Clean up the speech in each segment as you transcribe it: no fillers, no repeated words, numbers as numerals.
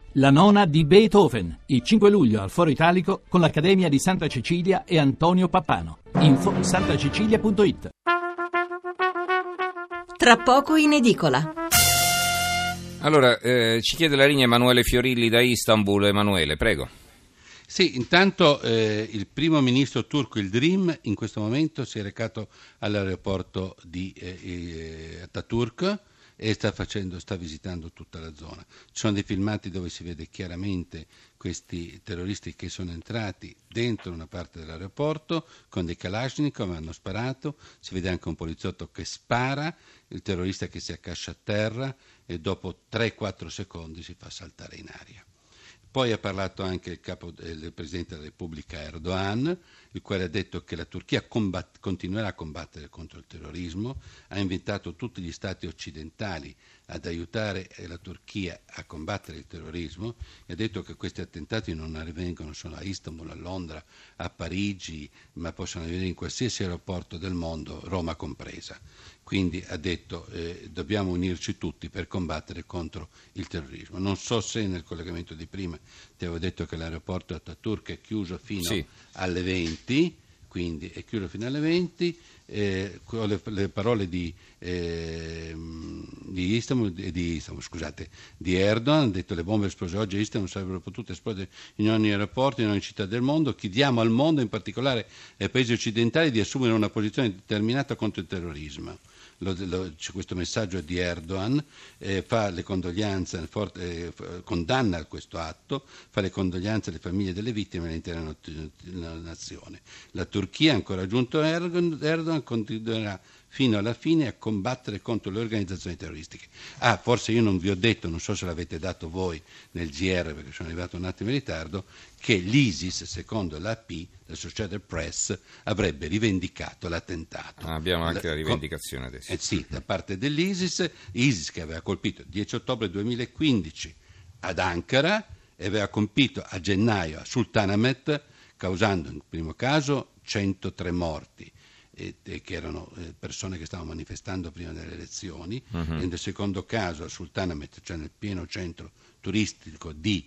La nona di Beethoven, il 5 luglio al Foro Italico con l'Accademia di Santa Cecilia e Antonio Pappano. Info santacecilia.it. Tra poco in edicola. Allora, ci chiede la linea Emanuele Fiorilli da Istanbul. Emanuele, prego. Sì, intanto il primo ministro turco, il Dream, in questo momento si è recato all'aeroporto di Ataturk e sta visitando tutta la zona. Ci sono dei filmati dove si vede chiaramente questi terroristi che sono entrati dentro una parte dell'aeroporto con dei Kalashnikov, hanno sparato, si vede anche un poliziotto che spara, il terrorista che si accascia a terra e dopo 3-4 secondi si fa saltare in aria. Poi ha parlato anche il Presidente della Repubblica Erdogan, il quale ha detto che la Turchia continuerà a combattere contro il terrorismo, ha invitato tutti gli Stati occidentali ad aiutare la Turchia a combattere il terrorismo e ha detto che questi attentati non avvengono solo a Istanbul, a Londra, a Parigi, ma possono avvenire in qualsiasi aeroporto del mondo, Roma compresa. Quindi ha detto dobbiamo unirci tutti per combattere contro il terrorismo. Non so se nel collegamento di prima ti avevo detto che l'aeroporto Ataturk è chiuso fino alle 20, quindi è chiuso fino alle 20, con le parole di Erdogan, ha detto le bombe esplose oggi a Istanbul sarebbero potute esplodere in ogni aeroporto, in ogni città del mondo, chiediamo al mondo, in particolare ai paesi occidentali, di assumere una posizione determinata contro il terrorismo. C'è questo messaggio di Erdogan, fa le condoglianze, condanna questo atto, fa le condoglianze alle famiglie delle vittime e all'intera nazione. La Turchia, ancora aggiunto Erdogan, continuerà fino alla fine a combattere contro le organizzazioni terroristiche. Forse io non vi ho detto, non so se l'avete dato voi nel GR perché sono arrivato un attimo in ritardo, che l'ISIS, secondo l'AP, l'Associated Press, avrebbe rivendicato l'attentato. Abbiamo anche la rivendicazione adesso. Sì, da parte dell'ISIS, ISIS che aveva colpito il 10 ottobre 2015 ad Ankara e aveva colpito a gennaio a Sultanahmet, causando in primo caso 103 morti, che erano persone che stavano manifestando prima delle elezioni, e nel secondo caso a Sultanahmet, cioè nel pieno centro turistico di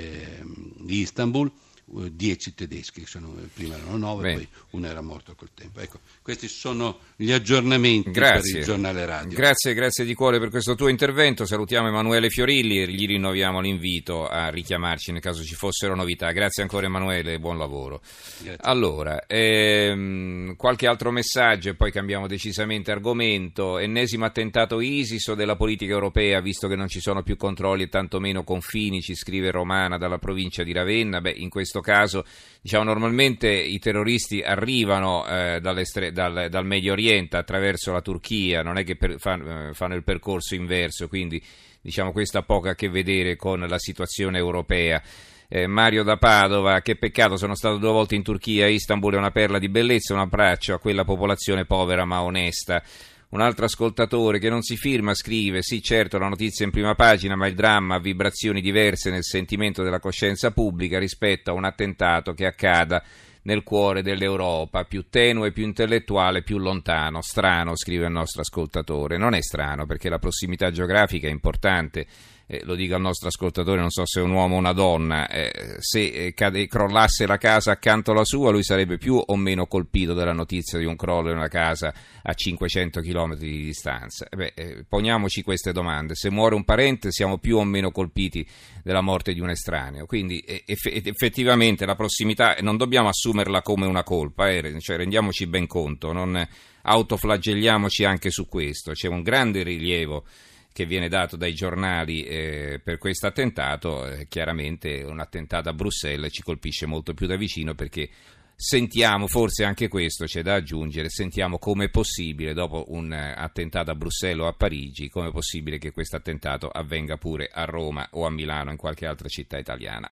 Istanbul, 10 tedeschi, prima erano 9, poi uno era morto col tempo. Ecco, questi sono gli aggiornamenti per il giornale radio. Grazie di cuore per questo tuo intervento. Salutiamo Emanuele Fiorilli e gli rinnoviamo l'invito a richiamarci nel caso ci fossero novità. Grazie ancora Emanuele e buon lavoro. Grazie. Allora, qualche altro messaggio e poi cambiamo decisamente argomento. Ennesimo attentato ISIS o della politica europea, visto che non ci sono più controlli e tantomeno confini, ci scrive Romana dalla provincia di Ravenna. In questo caso, diciamo, normalmente i terroristi arrivano dal Medio Oriente attraverso la Turchia, non è che fanno il percorso inverso, quindi diciamo questo ha poco a che vedere con la situazione europea. Mario da Padova, che peccato, sono stato 2 volte in Turchia, Istanbul è una perla di bellezza, un abbraccio a quella popolazione povera ma onesta. Un altro ascoltatore che non si firma scrive: sì, certo, la notizia in prima pagina, ma il dramma ha vibrazioni diverse nel sentimento della coscienza pubblica rispetto a un attentato che accada nel cuore dell'Europa, più tenue, più intellettuale, più lontano. Strano, scrive il nostro ascoltatore. Non è strano, perché la prossimità geografica è importante. Lo dico al nostro ascoltatore, non so se è un uomo o una donna, se crollasse la casa accanto alla sua, lui sarebbe più o meno colpito dalla notizia di un crollo in una casa a 500 km di distanza. Poniamoci queste domande: se muore un parente siamo più o meno colpiti della morte di un estraneo? Quindi effettivamente la prossimità non dobbiamo assumerla come una colpa, cioè rendiamoci ben conto, non autoflagelliamoci anche su questo. C'è un grande rilievo che viene dato dai giornali per questo attentato. Chiaramente un attentato a Bruxelles ci colpisce molto più da vicino, perché sentiamo, forse anche questo c'è da aggiungere, sentiamo come è possibile, dopo un attentato a Bruxelles o a Parigi, come è possibile che questo attentato avvenga pure a Roma o a Milano o in qualche altra città italiana.